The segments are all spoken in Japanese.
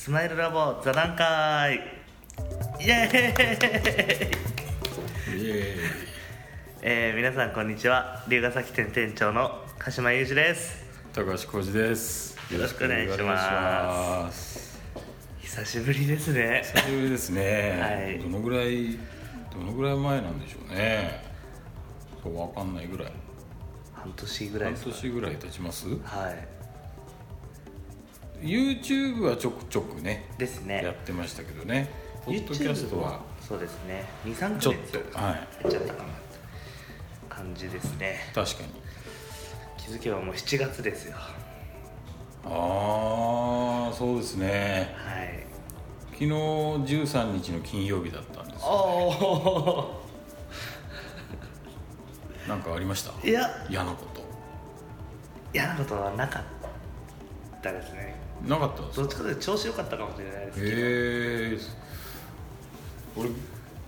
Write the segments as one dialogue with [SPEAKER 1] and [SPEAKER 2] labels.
[SPEAKER 1] スマイルラボ座談会イエーイ皆さんこんにちは。龍ヶ崎店店長の鹿島裕二です。
[SPEAKER 2] 高橋浩二です。
[SPEAKER 1] よろしくお願いします。久しぶりですね。
[SPEAKER 2] 久しぶりですね、
[SPEAKER 1] はい、
[SPEAKER 2] どのぐらい前なんでしょうね。分かんないぐらい。
[SPEAKER 1] 半年ぐらいですか。
[SPEAKER 2] 半年ぐらい経ちます。
[SPEAKER 1] はい。
[SPEAKER 2] YouTube はちょくちょくね
[SPEAKER 1] ですね
[SPEAKER 2] やってましたけどね。ポッドキャストは
[SPEAKER 1] そうですね、2,3ヶ
[SPEAKER 2] ちょっ
[SPEAKER 1] 月
[SPEAKER 2] と
[SPEAKER 1] やっちゃったかな感じですね。
[SPEAKER 2] 確かに。
[SPEAKER 1] 気づけばもう7月ですよ。
[SPEAKER 2] ああ、そうですね。
[SPEAKER 1] はい。
[SPEAKER 2] 昨日13日の金曜日だったんですよ、ね。なんかありました？
[SPEAKER 1] いや、
[SPEAKER 2] 嫌なこと。
[SPEAKER 1] 嫌なことはなかったですね。
[SPEAKER 2] なかったですか？
[SPEAKER 1] どっちかというと調子良かったかもしれないですけど。
[SPEAKER 2] 俺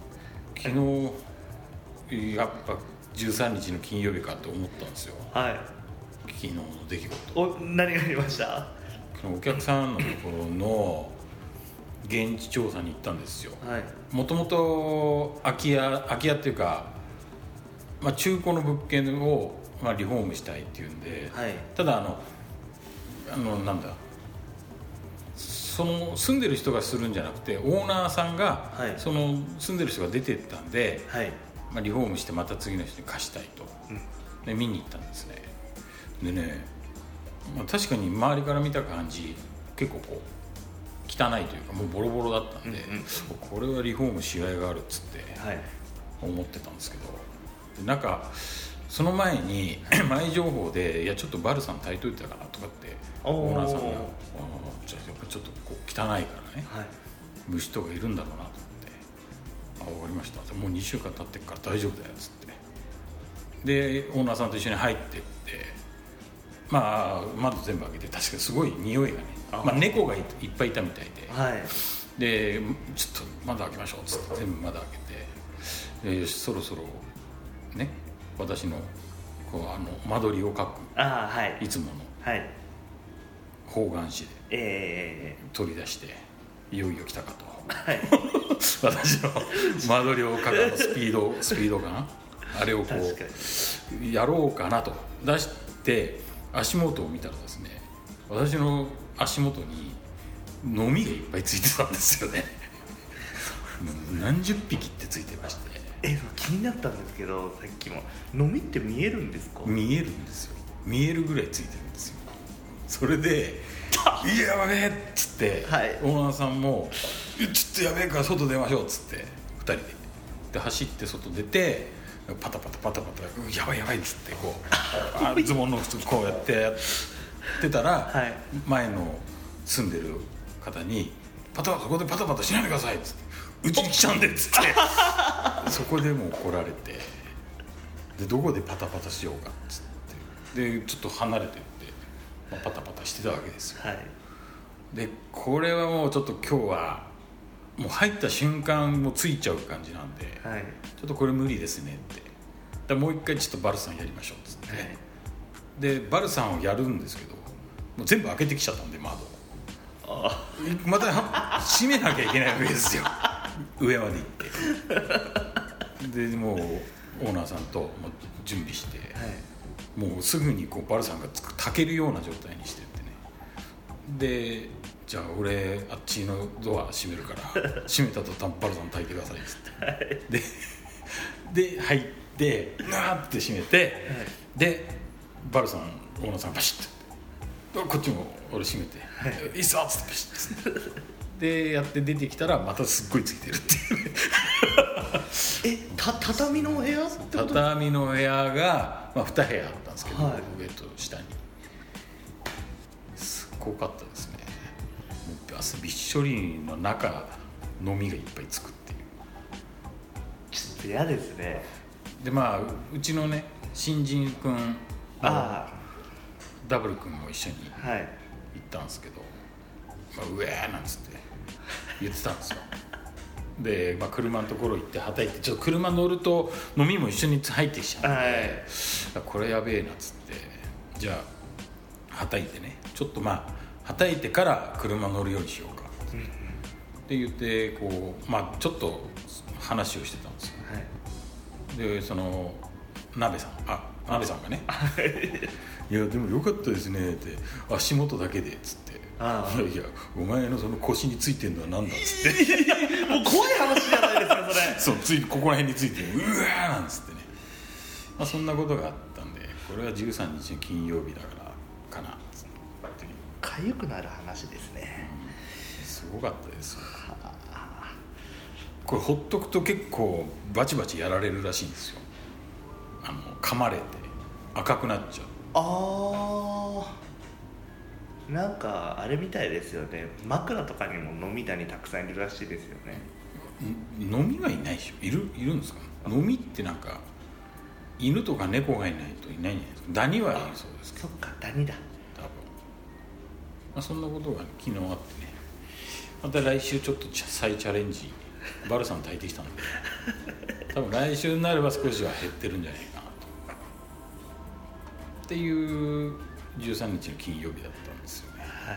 [SPEAKER 2] 昨日やっぱ13日の金曜日かと思ったんですよ。
[SPEAKER 1] はい。
[SPEAKER 2] 昨日の出来事。
[SPEAKER 1] 何がありました？
[SPEAKER 2] お客さんのところの現地調査に行ったんですよ。もともと空き家っていうか、中古の物件を、リフォームしたいっていうんで、
[SPEAKER 1] はい、
[SPEAKER 2] ただなんだ、その住んでる人がするんじゃなくてオーナーさんが、
[SPEAKER 1] はい、そ
[SPEAKER 2] の住んでる人が出てったんで、
[SPEAKER 1] はい、
[SPEAKER 2] リフォームしてまた次の人に貸したいと、で見に行ったんですね。でね、確かに周りから見た感じ結構こう汚いというかもうボロボロだったんで、これはリフォームしがいがあるっつって思ってたんですけど、でなんかその前に前情報で、いやちょっとバルさん炊いといてたかなとかってオーナーさんがじゃあやっぱちょっとこう汚いからね、はい、虫とかいるんだろうなと思って、分かりました、もう2週間経ってるから大丈夫だよっつって、でオーナーさんと一緒に入ってって、窓全部開けて、確かにすごい匂いがね、猫がいっぱいいたみたいで、
[SPEAKER 1] はい、で
[SPEAKER 2] ちょっと窓開けましょうっつって全部窓開けて、よしそろそろね、私のこう間取りを書く、
[SPEAKER 1] はい、
[SPEAKER 2] いつもの、
[SPEAKER 1] はい、
[SPEAKER 2] 方眼紙で取り出して、いよいよ来たかと、はい、私の間取りを書くスピード感あれをこうやろうかなと出して足元を見たらですね、私の足元にノミがいっぱいついてたんですよね何十匹ってついてまして、
[SPEAKER 1] 気になったんですけど、さっきもノミって見えるんですか？
[SPEAKER 2] 見えるんですよ。見えるぐらいついてるんですよ。それでいややべえっつって、はい、オーナーさんもちょっとやべえから外出ましょうっつって2人で走って外出て、パタパタやばいっつってこうズボンの靴こうやってたら、はい、前の住んでる方にそこでパタパタしないでくださいっつって、うちに来ちゃうんでっつってそこでもう怒られて、でどこでパタパタしようかっつってでちょっと離れてって、パタパタしてたわけですよ、はい、でこれはもうちょっと今日はもう入った瞬間もうついちゃう感じなんで、はい、ちょっとこれ無理ですねって、だもう一回ちょっとバルさんやりましょうっつって、はい、でバルさんをやるんですけど、もう全部開けてきちゃったんで窓また閉めなきゃいけないわけですよ上まで行ってでもうオーナーさんと準備して、はい、もうすぐにこうバルさんが炊けるような状態にしてってね、でじゃあ俺あっちのドア閉めるから閉めたとバルさん炊いてくださいっつって、はい、で入ってナーって閉めて、はい、でバルさんオーナーさんバシッとこっちも俺閉めて、はい、いいっすわっつってバシッでやって出てきたらまたすっごいついてるっていう
[SPEAKER 1] 畳の部屋ってこと？
[SPEAKER 2] 畳の部屋が、2部屋あったんですけど、はい、上と下にすっごかったですね。もうびっしょりの中のみがいっぱいつくっていう、
[SPEAKER 1] ちょっと嫌ですね。
[SPEAKER 2] でうちのね新人くんダブルくんも一緒に行ったんですけど、うえーなんつって言ってたんですよで、車のところ行ってはたいて、ちょっと車乗ると飲みも一緒に入ってきちゃうんで、はい、これやべえなっつって、じゃあはたいてね、ちょっとはたいてから車乗るようにしようかっって言ってこう、まあ、ちょっと話をしてたんですよ、はい、でその鍋さんがねいやでもよかったですねって足元だけでっつっていやお前のその腰についてるのは何だっつって
[SPEAKER 1] もう怖い話じゃないですかそれ
[SPEAKER 2] そうついここら辺についてるうわーなんつってね、まあ、そんなことがあったんでこれは13日の金曜日だからかなっつって
[SPEAKER 1] かゆくなる話ですね、
[SPEAKER 2] すごかったですよ。これほっとくと結構バチバチやられるらしいんですよ。噛まれて赤くなっちゃう。
[SPEAKER 1] なんかあれみたいですよね、枕とかにも飲みダニたくさんいるらしいですよね。
[SPEAKER 2] 飲みはいないでしょ。いるんですか。飲みってなんか犬とか猫がいないといないんじゃないですか。ダニはいるそうですけど。
[SPEAKER 1] そっか、ダニだ
[SPEAKER 2] 多分、まあ、そんなことが昨日あってね、また来週ちょっと再チャレンジバルサン炊いてきたので多分来週になれば少しは減ってるんじゃないかなとっていう13日の金曜日だったんですよね。はい。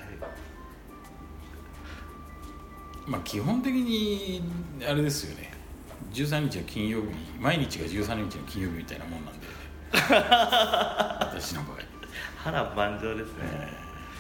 [SPEAKER 2] まあ基本的にあれですよね、13日の金曜日、毎日が13日の金曜日みたいなもんなんで私の場合
[SPEAKER 1] 波乱万丈ですね、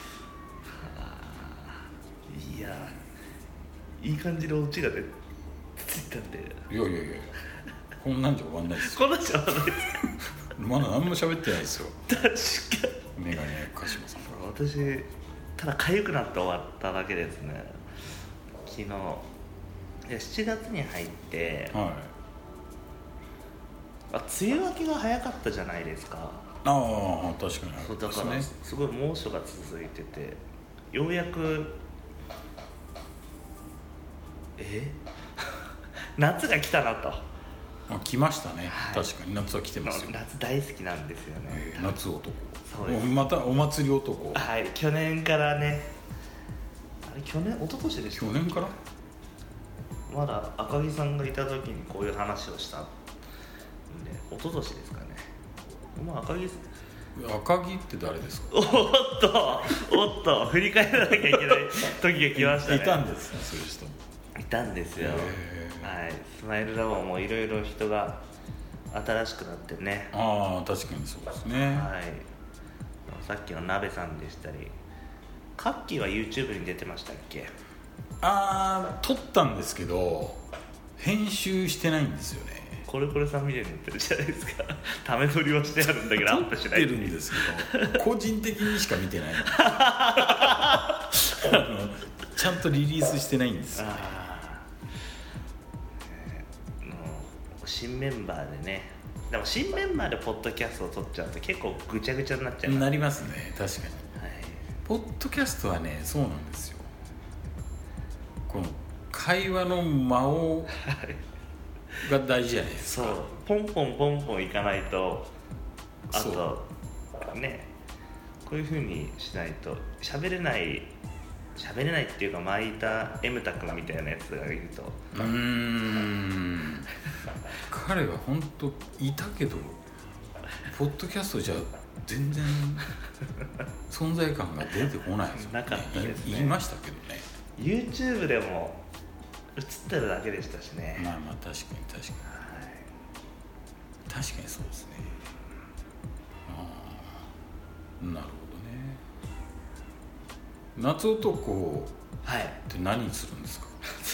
[SPEAKER 1] いやいい感じのオチがねついたんで、
[SPEAKER 2] いやこんなんじゃ終わんないですよ。
[SPEAKER 1] こんなんじゃ終わんないです
[SPEAKER 2] まだ何も喋ってないですよ。
[SPEAKER 1] 確かに
[SPEAKER 2] メガネ鹿島さん。
[SPEAKER 1] 私ただ痒くなって終わっただけですね。昨日7月に入って、はい、梅雨明けが早かったじゃないですか。
[SPEAKER 2] 確かに
[SPEAKER 1] そうだからすごい猛暑が続いてて、ようやく夏が来たなと。
[SPEAKER 2] 来ましたね、はい、確かに夏は来てますよ。
[SPEAKER 1] 夏大好きなんですよね、
[SPEAKER 2] 夏男。
[SPEAKER 1] そうです。
[SPEAKER 2] またお祭り男。
[SPEAKER 1] はい、去年からね。あれ一昨年でした。
[SPEAKER 2] 去年から
[SPEAKER 1] まだ赤木さんがいた時にこういう話をしたんで、一昨年ですかね。まあ赤木
[SPEAKER 2] って誰ですか。
[SPEAKER 1] おっと振り返らなきゃいけない時が来ましたね。
[SPEAKER 2] いたんですね、そういう人
[SPEAKER 1] いたんですよ。はい、スマイルラボもいろいろ人が新しくなってね。
[SPEAKER 2] 確かにそうですね。
[SPEAKER 1] はい、さっきの鍋さんでしたり、カッキーは YouTube に出てましたっけ。
[SPEAKER 2] 撮ったんですけど編集してないんですよね。
[SPEAKER 1] これさんみたいになってるじゃないですかため撮りはしてあるんだけどアップしない。
[SPEAKER 2] 撮ってるんですけど個人的にしか見てないちゃんとリリースしてないんですよね。
[SPEAKER 1] 新メンバーでね。でも新メンバーでポッドキャストを撮っちゃうと結構ぐちゃぐちゃになっちゃう。
[SPEAKER 2] なりますね、確かに、はい、ポッドキャストはね、そうなんですよ。この会話の間をが大事じゃないですか。
[SPEAKER 1] そう、ポンポンいかないと。あとね、こういう風にしないと喋れないっていうか、前いたエムタ君みたいなやつがいると
[SPEAKER 2] 彼は本当いたけどポッドキャストじゃ全然存在感が出てこないですよね。
[SPEAKER 1] なかったですね。
[SPEAKER 2] 言いましたけどね。
[SPEAKER 1] YouTube でも映ってるだけでしたしね。
[SPEAKER 2] まあ確かに、はい、確かにそうですね。なるほどね。夏男って何するんですか。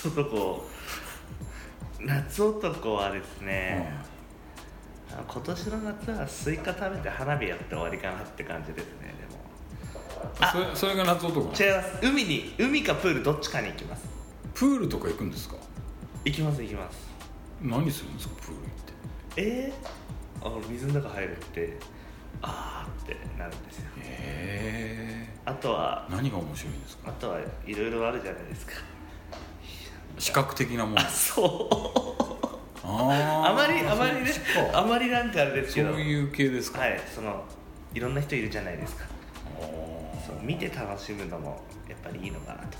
[SPEAKER 1] 夏男はですね、今年の夏はスイカ食べて花火やって終わりかなって感じですね。でも
[SPEAKER 2] それが夏男。
[SPEAKER 1] 違います。海かプールどっちかに行きます。
[SPEAKER 2] プールとか行くんですか。
[SPEAKER 1] 行きます。
[SPEAKER 2] 何するんですか、プール行って。
[SPEAKER 1] 水の中入るってってなるんですよ。あとは
[SPEAKER 2] 何が面白いんですか。
[SPEAKER 1] あとはいろいろあるじゃないですか。
[SPEAKER 2] 視覚的なもの。
[SPEAKER 1] そうあまりなんかあれですけど、
[SPEAKER 2] そういう系ですか。
[SPEAKER 1] はい、いろんな人いるじゃないですか。見て楽しむのもやっぱりいいのかなと。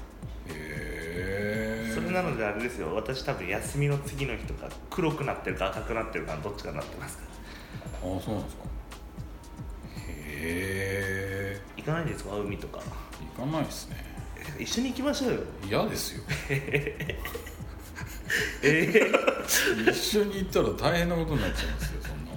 [SPEAKER 1] それなのであれですよ、私多分休みの次の日とか黒くなってるか赤くなってるかどっちかになってますから。
[SPEAKER 2] そうなんですか。
[SPEAKER 1] 行かないんですか、海とか。
[SPEAKER 2] 行かないですね。
[SPEAKER 1] 一緒に行きましょうよ。
[SPEAKER 2] 嫌ですよ一緒に行ったら大変なことになっちゃいますよ、そんなもん。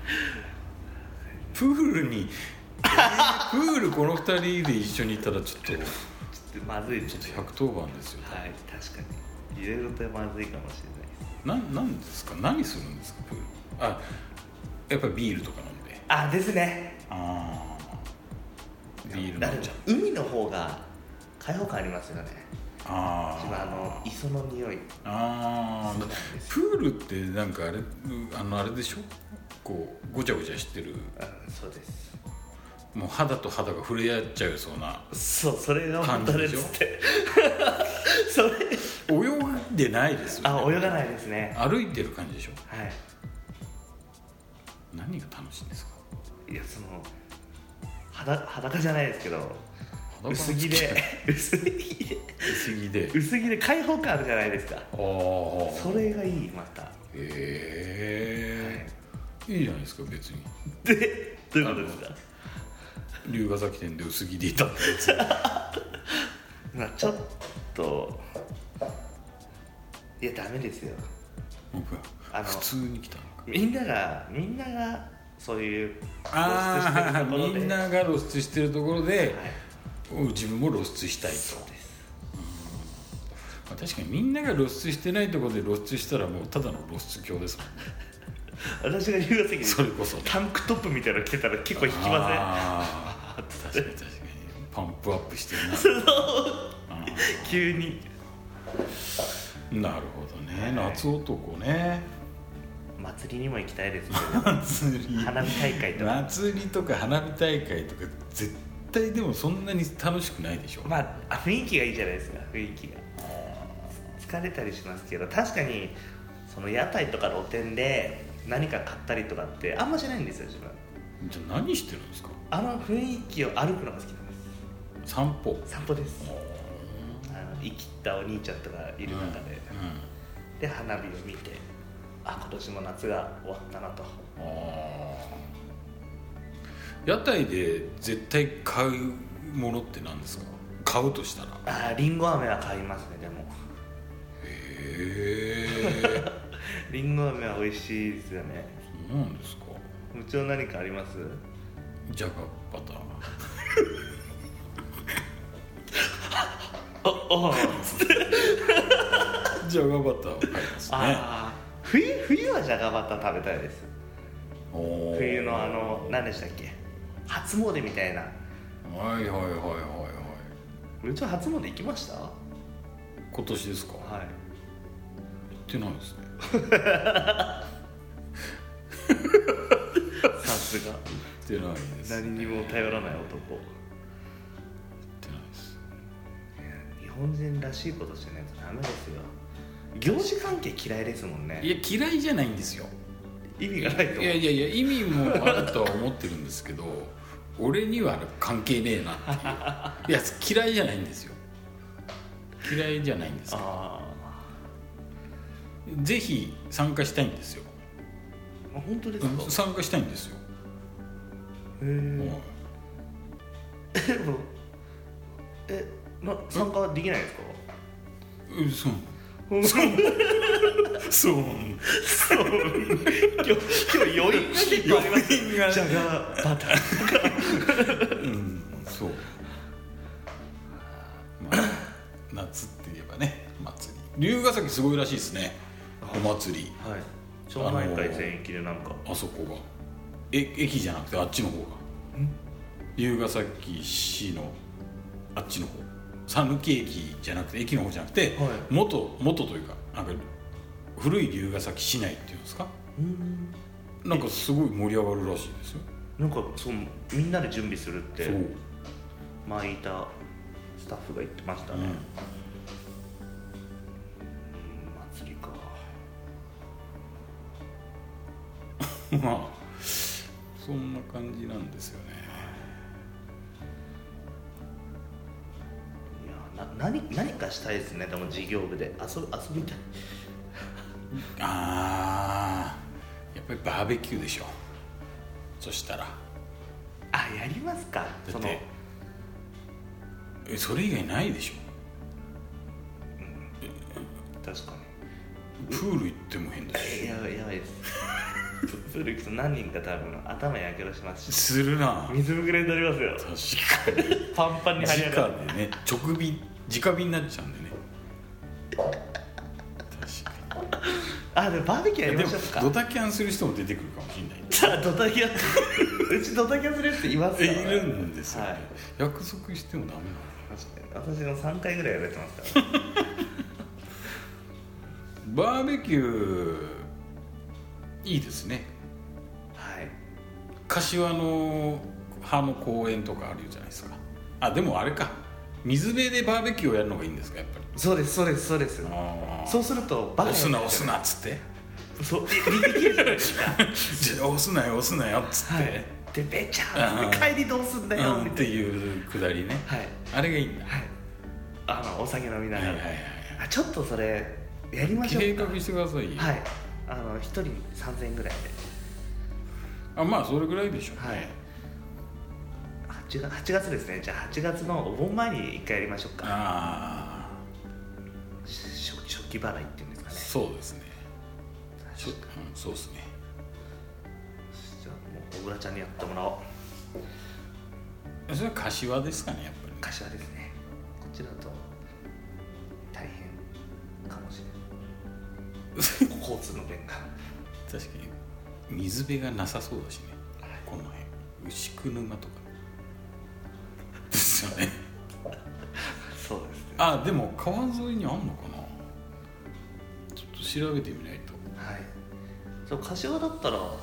[SPEAKER 2] プールにプールこの2人で一緒に行ったらちょっと
[SPEAKER 1] まずいですね。
[SPEAKER 2] ちょっと110番ですよ。
[SPEAKER 1] はい、確かに入れるとまずいかもしれないです。
[SPEAKER 2] なんですか、何するんですかプール。あ、やっぱりビールとか飲んで。
[SPEAKER 1] あ、ですね。
[SPEAKER 2] ああ、ビール飲んじゃう。
[SPEAKER 1] 海の方が開放感ありますよね。
[SPEAKER 2] あ
[SPEAKER 1] 一番磯の匂い。
[SPEAKER 2] ああ、プールってなんかあれでしょ、こうごちゃごちゃしてる。
[SPEAKER 1] そうです。
[SPEAKER 2] もう肌と肌が触れ合っちゃうそうな。
[SPEAKER 1] そう、それが本当ですってそれ
[SPEAKER 2] 泳いでないですよね。
[SPEAKER 1] あ、泳がないですね。
[SPEAKER 2] 歩いてる感じでしょ。
[SPEAKER 1] はい。
[SPEAKER 2] 何が楽しいんですか。
[SPEAKER 1] いや、その裸じゃないですけど、薄着で開放感あるじゃないですか。それがいい。また
[SPEAKER 2] いいじゃないですか別に。
[SPEAKER 1] で、どういうことですか。
[SPEAKER 2] 龍ヶ崎店で薄着でいたってやつ
[SPEAKER 1] まあちょっと、いやダメですよ。
[SPEAKER 2] 僕は普通に来たのか。
[SPEAKER 1] みんながそういう
[SPEAKER 2] みんなが露出してるところで、はい、自分も露出したいと。
[SPEAKER 1] そうです。
[SPEAKER 2] まあ、確かにみんなが露出してないところで露出したらもうただの露出狂ですもんね。
[SPEAKER 1] 私が龍ヶ崎で
[SPEAKER 2] それこそ
[SPEAKER 1] タンクトップみたいなの着てたら結構引きません。
[SPEAKER 2] 確かにパンプアップしてるな
[SPEAKER 1] 急に。
[SPEAKER 2] なるほどね、夏男ね。
[SPEAKER 1] 祭りにも行きたいですけど花火大会とか
[SPEAKER 2] 祭りとか花火大会とか絶対でもそんなに楽しくないでしょ。
[SPEAKER 1] まあ雰囲気がいいじゃないですか。雰囲気が疲れたりしますけど、確かにその屋台とか露店で何か買ったりとかってあんましないんですよ自分。
[SPEAKER 2] じゃあ何してるんですか。
[SPEAKER 1] 雰囲気を歩くのが好きなんです。
[SPEAKER 2] 散歩です。
[SPEAKER 1] 生きったお兄ちゃんとかいる中で、で花火を見て、今年も夏が終わったなと。
[SPEAKER 2] 屋台で絶対買うものって何ですか。買うとしたら。
[SPEAKER 1] りんご飴は買いますね。でもりんご飴は美味しいですよね。
[SPEAKER 2] そうなんですか。
[SPEAKER 1] うちは何かあります。
[SPEAKER 2] じゃがバターじゃがバターを買いますね。
[SPEAKER 1] 冬はじゃがバター食べたいです。冬の何でしたっけ、初詣みたいな。うちは初詣行きました。
[SPEAKER 2] 今年ですか。
[SPEAKER 1] はい。
[SPEAKER 2] 行ってないですね
[SPEAKER 1] さすが。
[SPEAKER 2] 行ってないです、ね、
[SPEAKER 1] 何にも頼らない男。
[SPEAKER 2] 行ってないです。
[SPEAKER 1] 日本人らしいことしないとダメですよ。行事関係嫌いですもんね。
[SPEAKER 2] いや嫌いじゃないんですよ。
[SPEAKER 1] 意味がないと。
[SPEAKER 2] いや意味もあるとは思ってるんですけど俺には関係ねえなっていう。いや嫌いじゃないんですよ。嫌いじゃないんですけどぜひ参加したいんですよ。
[SPEAKER 1] 本当ですか。
[SPEAKER 2] 参加したいんですよ。
[SPEAKER 1] へえ。参加できないですか。
[SPEAKER 2] そう今
[SPEAKER 1] 日余韻が結構あります。じゃがバター
[SPEAKER 2] そう、まあ、夏って言えばね祭り。龍ヶ崎すごいらしいですねお祭り。
[SPEAKER 1] はい。町内会全域でなんか
[SPEAKER 2] あそこが駅じゃなくてあっちの方が龍ヶ崎市のあっちの方、讃岐駅じゃなくて駅の方じゃなくて、はい、元というかなんか古い龍ヶ崎市内っていうんですか。なんかすごい盛り上がるらしいですよ。
[SPEAKER 1] なんかみんなで準備するって前いたスタッフが言ってましたね。祭りか
[SPEAKER 2] まあそんな感じなんですよね。
[SPEAKER 1] いや何かしたいですね。でも事業部で遊びたい。
[SPEAKER 2] やっぱりバーベキューでしょ。そしたら
[SPEAKER 1] やりますか。
[SPEAKER 2] だってそれ以外ないでしょ。
[SPEAKER 1] 確か
[SPEAKER 2] にプール行っても変だし
[SPEAKER 1] やばいですプール行くと何人か多分頭やけどしますし
[SPEAKER 2] するな
[SPEAKER 1] 水ぶくれになりますよ
[SPEAKER 2] 確かに
[SPEAKER 1] パンパンに張り上がる
[SPEAKER 2] 直でね直火になっちゃうんでね確かに
[SPEAKER 1] でもバーベキューやりましょうか。
[SPEAKER 2] でもドタキャンする人も出てくるかもしれない
[SPEAKER 1] じゃあドタキャンうちドタキャンするやついますから、ね、
[SPEAKER 2] いるんですよ、ね、
[SPEAKER 1] はい、
[SPEAKER 2] 約束してもダメなの
[SPEAKER 1] 確かに私の3回ぐらいやられてますから、ね、
[SPEAKER 2] バーベキューいいですね。
[SPEAKER 1] はい。
[SPEAKER 2] 柏の葉の公園とかあるじゃないですか。でもあれか、水辺でバーベキューをやるのがいいんですか、やっぱり。そうです
[SPEAKER 1] そうするとバカ
[SPEAKER 2] 押すなっつって
[SPEAKER 1] そうできるじゃないですか
[SPEAKER 2] 押すなよっつって、
[SPEAKER 1] はい、でべちゃって帰りどうすんだよ
[SPEAKER 2] っていうくだりね、はい、あれがいいんだ、
[SPEAKER 1] はい、お酒飲みながら、ちょっとそれやりましょうか。
[SPEAKER 2] 計画してください。
[SPEAKER 1] はい、1人3000円ぐらいで。
[SPEAKER 2] まあそれぐらいでしょうね。
[SPEAKER 1] はい、8月ですね。じゃあ8月のお盆前に1回やりましょうか。初期払いっていうんですかね。
[SPEAKER 2] そうですね。そうですね。
[SPEAKER 1] じゃあもう小倉ちゃんにやってもらおう。
[SPEAKER 2] それは柏ですかね、やっぱり。
[SPEAKER 1] 柏ですね。こっちだと大変かもしれない交通の便が
[SPEAKER 2] 確かに水辺がなさそうだしね、この辺牛久沼とかですよね
[SPEAKER 1] そうですね。
[SPEAKER 2] でも川沿いにあんのかな、ちょっと調べてみないと。
[SPEAKER 1] はい。そう、柏だったらなんか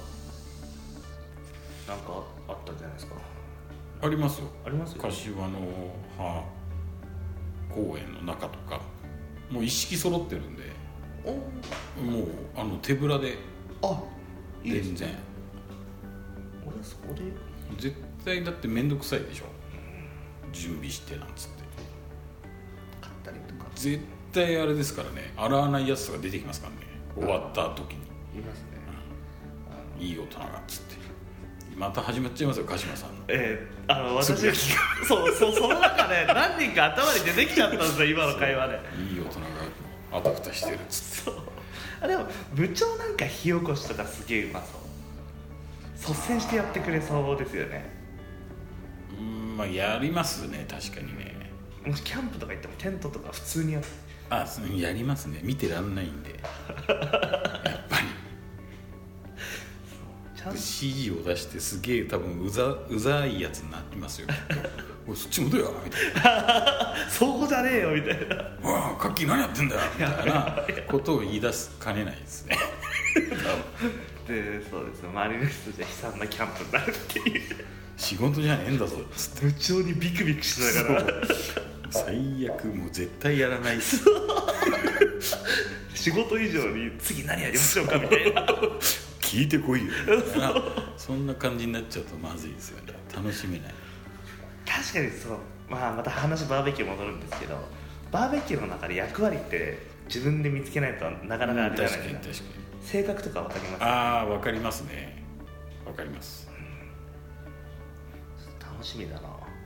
[SPEAKER 1] あったんじゃないですか。
[SPEAKER 2] ありますよ。
[SPEAKER 1] ありますよ。
[SPEAKER 2] 柏の葉公園の中とかもう一式揃ってるんで、もう手ぶらで
[SPEAKER 1] いいですね。
[SPEAKER 2] 全然
[SPEAKER 1] 俺そこで
[SPEAKER 2] 絶対だって面倒くさいでしょ、準備してなんつって
[SPEAKER 1] 買ったりとか。
[SPEAKER 2] 絶対あれですからね、洗わないやつとか出てきますからね、終わった時に
[SPEAKER 1] いますね、
[SPEAKER 2] いい大人がっつってまた始まっちゃいますよ、鹿島さんの。
[SPEAKER 1] 私その中で何人か頭に出てきちゃったんですよ今の会話で。
[SPEAKER 2] いい大人があたふたしてるっつって。
[SPEAKER 1] でも部長なんか火起こしとかすげえうまそう、率先してやってくれそうですよね。
[SPEAKER 2] やりますね、確かにね。
[SPEAKER 1] もしキャンプとか行ってもテントとか普通に
[SPEAKER 2] やりますね。見てらんないんでやっぱり指示を出してすげえ多分うざいやつになりますよおいそっちもどうやみたいな
[SPEAKER 1] そこじゃねえよみたいな
[SPEAKER 2] カッキー何やってんだよみたいなことを言い出すかねないですね
[SPEAKER 1] で、そうです、周りの人じゃ悲惨なキャンプになるっていう
[SPEAKER 2] 仕事じゃねえんだぞっつって
[SPEAKER 1] 部長にビクビクしながら
[SPEAKER 2] 最悪、もう絶対やらない
[SPEAKER 1] 仕事以上に次何やりましょうかみたいな
[SPEAKER 2] 聞いてこいよそんな感じになっちゃうとまずいですよね、楽しめない。
[SPEAKER 1] 確かにそう、また話バーベキュー戻るんですけど、バーベキューの中で役割って自分で見つけないとなかなかあれじゃないですか。確かに性格とか分かりますか？
[SPEAKER 2] 分かりますね、分かります、
[SPEAKER 1] 楽しみだな。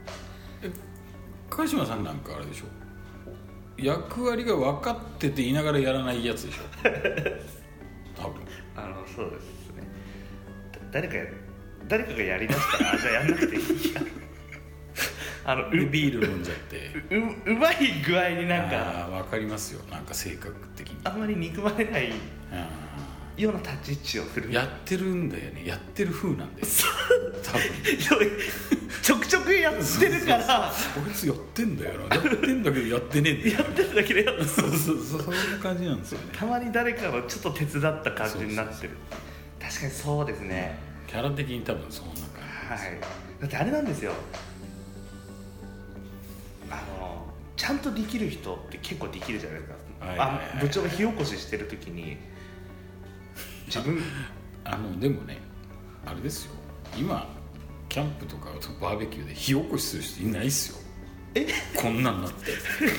[SPEAKER 2] 鹿島さんなんかあれでしょ、役割が分かってていながらやらないやつでしょ多分
[SPEAKER 1] そうですね。誰かがやりだしたらじゃあやんなくていいや
[SPEAKER 2] ビール飲んじゃって
[SPEAKER 1] うまい具合になんか
[SPEAKER 2] 分かりますよ、なんか性格的に
[SPEAKER 1] あんまり憎まれないような立ち位置を振る。
[SPEAKER 2] やってるんだよね、やってる風なんだよ多分
[SPEAKER 1] ちょくちょくやってるから
[SPEAKER 2] こいつやってんだよな、やってんだけどやってねえんだよ
[SPEAKER 1] やってるだけでやってる
[SPEAKER 2] そういう感じなんですよね。
[SPEAKER 1] たまに誰かのちょっと手伝った感じになってる。確かにそうですね、
[SPEAKER 2] キャラ的に多分そんな感じです。
[SPEAKER 1] だってあれなんですよ、ちゃんとできる人って結構できるじゃないですか。部長が火起こししてる時に自分
[SPEAKER 2] でもね、あれですよ、今キャンプとかバーベキューで火起こしする人いないっすよ。こんなんなって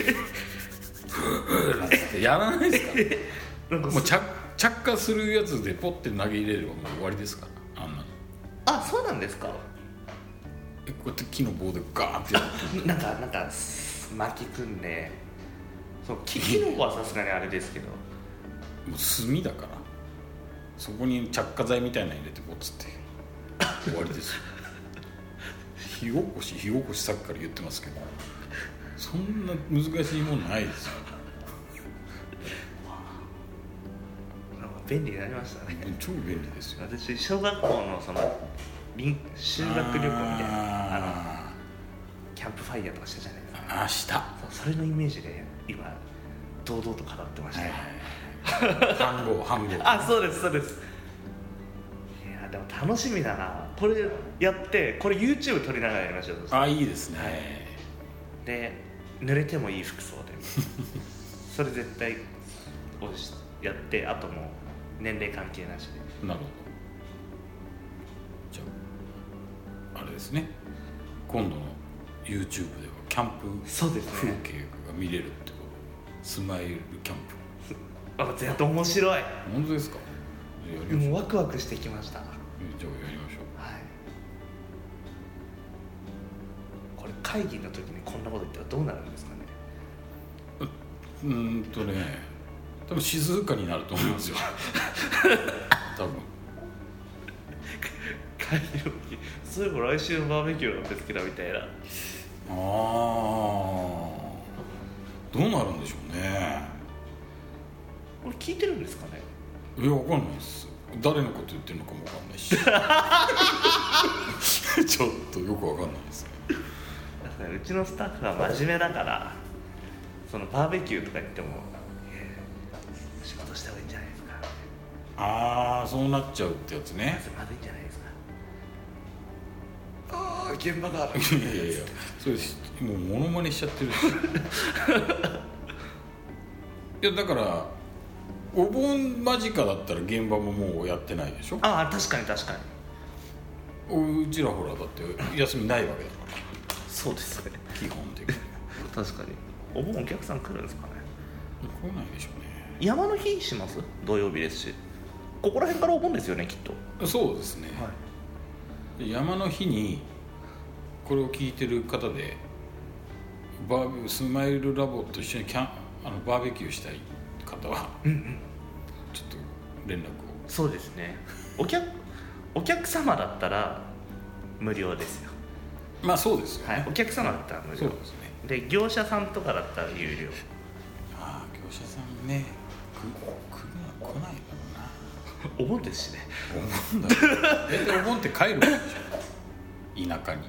[SPEAKER 2] なんてやらないですかもう着火するやつでポッて投げ入れればもう終わりですから、あんなの。
[SPEAKER 1] そうなんですか。
[SPEAKER 2] こうやって木の棒でガーンってやって
[SPEAKER 1] なんか巻き組んでそうキノコはさすがにあれですけど、
[SPEAKER 2] もう炭だからそこに着火剤みたいなの入れてボツって終わりですよ火起こしさっきから言ってますけど、そんな難しいものないですよ。
[SPEAKER 1] 便利になりましたね。
[SPEAKER 2] 超便利ですよ。
[SPEAKER 1] 私小学校のその修学旅行みたいなキャンプファイヤーとかしたじゃないですか。
[SPEAKER 2] した
[SPEAKER 1] それのイメージで今堂々と語ってましたよ。
[SPEAKER 2] 飯盒
[SPEAKER 1] そうですそうです。いやでも楽しみだな。これやってこれ YouTube 撮りながらやりましょう。
[SPEAKER 2] いいですね、
[SPEAKER 1] で濡れてもいい服装でそれ絶対やって、あともう年齢関係なしで。
[SPEAKER 2] なるほど。じゃああれですね、今度の YouTube ではキャンプ風景が見れるってこと、スマイルキャンプ。
[SPEAKER 1] 絶対面白い。
[SPEAKER 2] 本当ですか。
[SPEAKER 1] もうワクワクしてきました。
[SPEAKER 2] じゃあやりましょう。
[SPEAKER 1] はい。これ会議の時にこんなこと言ったらどうなるんですかね。
[SPEAKER 2] 多分静かになると思いますよ多分
[SPEAKER 1] 会議の時、そういえば来週のバーベキューなんですけどみたいな。
[SPEAKER 2] どうなるんでしょうね。
[SPEAKER 1] これ聞いてるんですかね。
[SPEAKER 2] いや、わかんないです。誰のこと言ってるのかもわかんないしちょっとよくわかんないですね。
[SPEAKER 1] だからうちのスタッフは真面目だから、そのバーベキューとか言っても仕事した方がいいんじゃないですか。
[SPEAKER 2] そうなっちゃうってやつね。
[SPEAKER 1] まずいんじゃないですか。現場がある。
[SPEAKER 2] いやそうです。もうモノマネしちゃってるしいやだからお盆間近だったら現場ももうやってないでしょ。
[SPEAKER 1] 確かに
[SPEAKER 2] うちらほらだって休みないわけだから
[SPEAKER 1] そうですね、
[SPEAKER 2] 基本的に
[SPEAKER 1] 確かに。お盆お客さん来るんですかね。
[SPEAKER 2] 来ないでしょうね。
[SPEAKER 1] 山の日します。土曜日ですし、ここら辺からお盆ですよね、きっと。
[SPEAKER 2] そうですね、山の日にこれを聞いてる方でスマイルラボと一緒にバーベキューしたい方は、ちょっと連絡を。
[SPEAKER 1] そうですね、お客様だったら無料ですよ。
[SPEAKER 2] そうですよね、
[SPEAKER 1] お客様だったら無料。
[SPEAKER 2] そうですね。
[SPEAKER 1] で業者さんとかだったら有料。
[SPEAKER 2] 業者さんね来ないだろ
[SPEAKER 1] うな。お盆ですしね。
[SPEAKER 2] お盆だお盆って帰るんでしょ田舎に。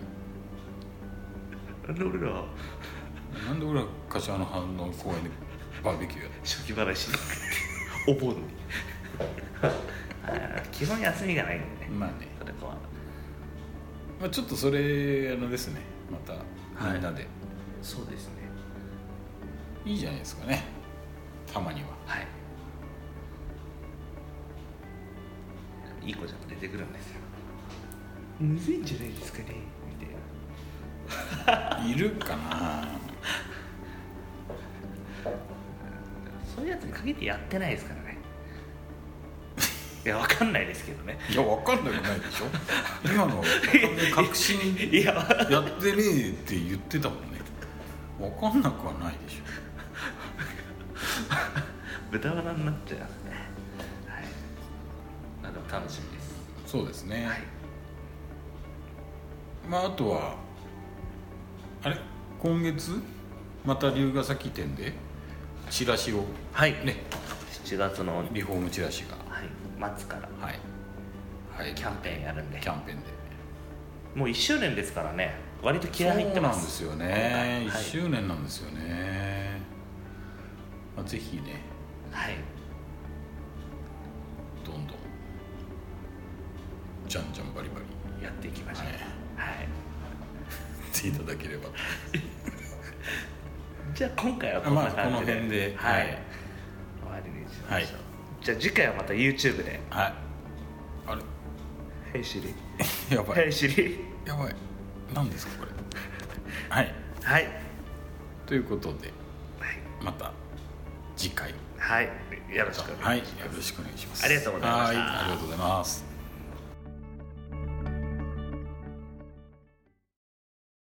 [SPEAKER 2] なんで俺ら柏の反応公園でバーベキューやって
[SPEAKER 1] 初期払いしなくてお盆に基本休みがないんでね。それは
[SPEAKER 2] ちょっとそれですね、またみんなで、
[SPEAKER 1] そうですね、
[SPEAKER 2] いいじゃないですかね、たまには。
[SPEAKER 1] いい子ちゃんが出てくるんですよ。むずいんじゃないですかねみたいな。
[SPEAKER 2] いるかな
[SPEAKER 1] そういうやつに限ってやってないですからね。いや、わかんないですけどね。
[SPEAKER 2] いや、わかんなくないでしょ今の確信やってねえって言ってたもんね。わかんなくはないでしょ
[SPEAKER 1] 豚バラになっちゃいますね。でも楽しみです。
[SPEAKER 2] そうですね、あとは今月また龍ヶ崎店でチラシを
[SPEAKER 1] 7月の
[SPEAKER 2] リフォームチラシが
[SPEAKER 1] 末からキャンペーンやるんで。
[SPEAKER 2] キャンペーンで
[SPEAKER 1] もう1周年ですからね、割と気合い入ってます。
[SPEAKER 2] そうなんですよね、1周年なんですよね。ぜひね、どんどんじゃんじゃんバリバリ
[SPEAKER 1] やっていきましょう。
[SPEAKER 2] っていただければ
[SPEAKER 1] じゃあ今回はこんな感じで、
[SPEAKER 2] この辺で
[SPEAKER 1] 終わりにしましょう。じゃあ次回はまた YouTube で。
[SPEAKER 2] あれ
[SPEAKER 1] ヘイシリ
[SPEAKER 2] やばい、
[SPEAKER 1] ヘイシリ
[SPEAKER 2] やばい、何ですかこれということで、また次回
[SPEAKER 1] よろしくお願いします。
[SPEAKER 2] よろしくお願いします。
[SPEAKER 1] ありがとうございました。
[SPEAKER 2] ありがとうございます。